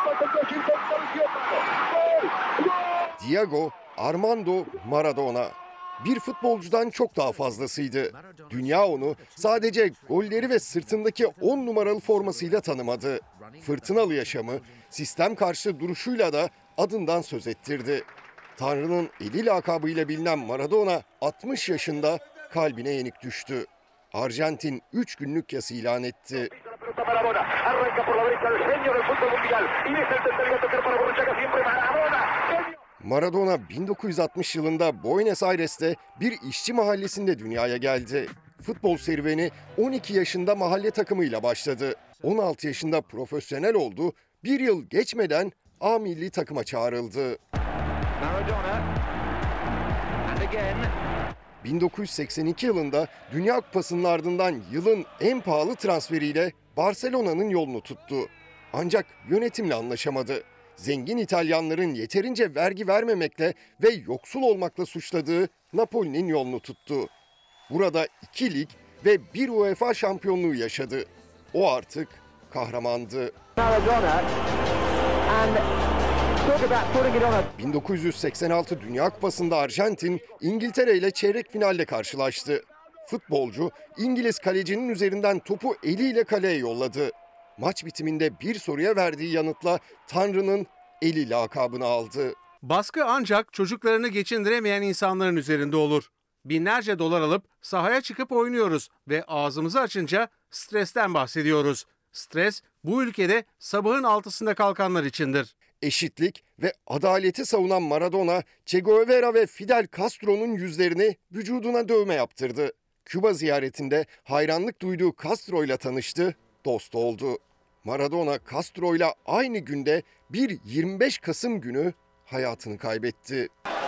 con Diego Armando Maradona bir futbolcudan çok daha fazlasıydı. Dünya onu sadece golleri ve sırtındaki on numaralı formasıyla tanımadı. Fırtınalı yaşamı, sistem karşı duruşuyla da adından söz ettirdi. Tanrı'nın eli lakabıyla bilinen Maradona altmış yaşında kalbine yenik düştü. Arjantin üç günlük yas ilan etti. Maradona bin dokuz yüz altmış yılında Buenos Aires'te bir işçi mahallesinde dünyaya geldi. Futbol serüveni on iki yaşında mahalle takımıyla başladı. on altı yaşında profesyonel oldu. Bir yıl geçmeden A milli takıma çağrıldı. bin dokuz yüz seksen iki yılında Dünya Kupası'nın ardından yılın en pahalı transferiyle Barcelona'nın yolunu tuttu. Ancak yönetimle anlaşamadı. Zengin İtalyanların yeterince vergi vermemekle ve yoksul olmakla suçladığı Napoli'nin yolunu tuttu. Burada iki lig ve bir UEFA şampiyonluğu yaşadı. O artık kahramandı. bin dokuz yüz seksen altı Dünya Kupası'nda Arjantin İngiltere ile çeyrek finalde karşılaştı. Futbolcu İngiliz kalecinin üzerinden topu eliyle kaleye yolladı. Maç bitiminde bir soruya verdiği yanıtla Tanrı'nın eli lakabını aldı. Baskı ancak çocuklarını geçindiremeyen insanların üzerinde olur. Binlerce dolar alıp sahaya çıkıp oynuyoruz ve ağzımızı açınca stresten bahsediyoruz. Stres bu ülkede sabahın altısında kalkanlar içindir. Eşitlik ve adaleti savunan Maradona, Che Guevara ve Fidel Castro'nun yüzlerini vücuduna dövme yaptırdı. Küba ziyaretinde hayranlık duyduğu Castro ile tanıştı, dost oldu. Maradona, Castro ile aynı günde bir yirmi beş Kasım günü hayatını kaybetti.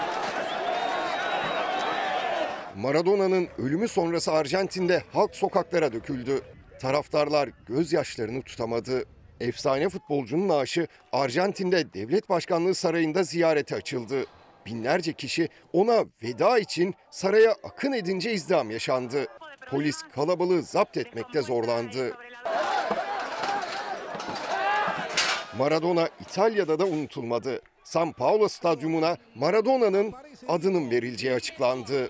Maradona'nın ölümü sonrası Arjantin'de halk sokaklara döküldü. Taraftarlar gözyaşlarını tutamadı. Efsane futbolcunun naaşı Arjantin'de Devlet Başkanlığı Sarayı'nda ziyarete açıldı. Binlerce kişi ona veda için saraya akın edince izdiham yaşandı. Polis kalabalığı zapt etmekte zorlandı. Maradona İtalya'da da unutulmadı. San Paolo Stadyumuna Maradona'nın adının verileceği açıklandı.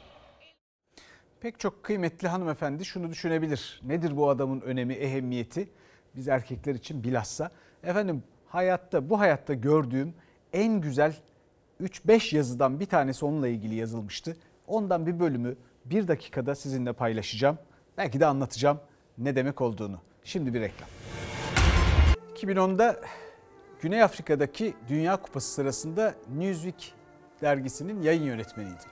Pek çok kıymetli hanımefendi şunu düşünebilir. Nedir bu adamın önemi, ehemmiyeti? Biz erkekler için bilhassa. Efendim hayatta, bu hayatta gördüğüm en güzel üç beş yazıdan bir tanesi onunla ilgili yazılmıştı. Ondan bir bölümü bir dakikada sizinle paylaşacağım. Belki de anlatacağım ne demek olduğunu. Şimdi bir reklam. iki bin onda Güney Afrika'daki Dünya Kupası sırasında Newsweek dergisinin yayın yönetmeniydim.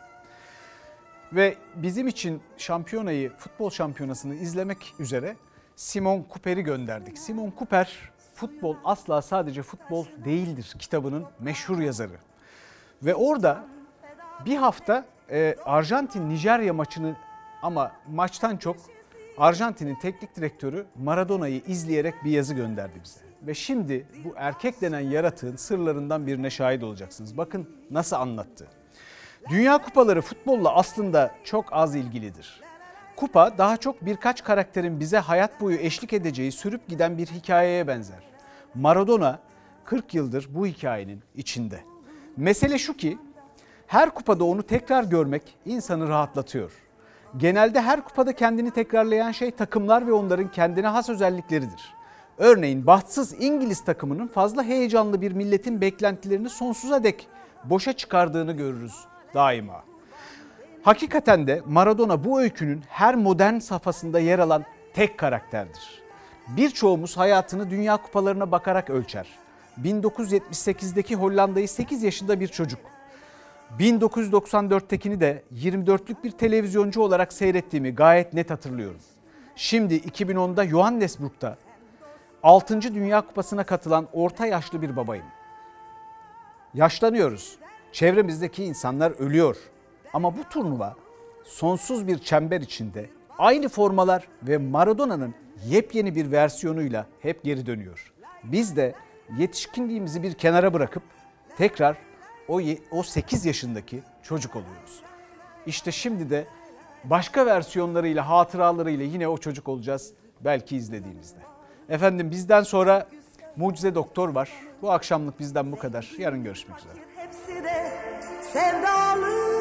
Ve bizim için şampiyonayı, futbol şampiyonasını izlemek üzere Simon Cooper'i gönderdik. Simon Cooper, futbol asla sadece futbol değildir kitabının meşhur yazarı. Ve orada bir hafta e, Arjantin-Nijerya maçını, ama maçtan çok Arjantin'in teknik direktörü Maradona'yı izleyerek bir yazı gönderdi bize. Ve şimdi bu erkek denen yaratığın sırlarından birine şahit olacaksınız. Bakın nasıl anlattı. Dünya kupaları futbolla aslında çok az ilgilidir. Kupa daha çok birkaç karakterin bize hayat boyu eşlik edeceği sürüp giden bir hikayeye benzer. Maradona kırk yıldır bu hikayenin içinde. Mesele şu ki her kupada onu tekrar görmek insanı rahatlatıyor. Genelde her kupada kendini tekrarlayan şey takımlar ve onların kendine has özellikleridir. Örneğin bahtsız İngiliz takımının fazla heyecanlı bir milletin beklentilerini sonsuza dek boşa çıkardığını görürüz daima. Hakikaten de Maradona bu öykünün her modern safhasında yer alan tek karakterdir. Birçoğumuz hayatını Dünya Kupalarına bakarak ölçer. bin dokuz yüz yetmiş sekizdeki Hollanda'yı sekiz yaşında bir çocuk, bin dokuz yüz doksan dörttekini de yirmi dörtlük bir televizyoncu olarak seyrettiğimi gayet net hatırlıyorum. Şimdi iki bin onda Johannesburg'da altıncı Dünya Kupası'na katılan orta yaşlı bir babayım. Yaşlanıyoruz. Çevremizdeki insanlar ölüyor. Ama bu turnuva sonsuz bir çember içinde aynı formalar ve Maradona'nın yepyeni bir versiyonuyla hep geri dönüyor. Biz de yetişkinliğimizi bir kenara bırakıp tekrar o, o sekiz yaşındaki çocuk oluyoruz. İşte şimdi de başka versiyonlarıyla, hatıralarıyla yine o çocuk olacağız belki izlediğimizde. Efendim bizden sonra Mucize Doktor var. Bu akşamlık bizden bu kadar. Yarın görüşmek üzere. Hepsi de sevdalı.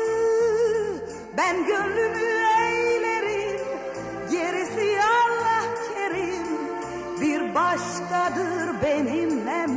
Ben gönlümü eğlerim. Gerisi Allah kerim. Bir başkadır benim mem.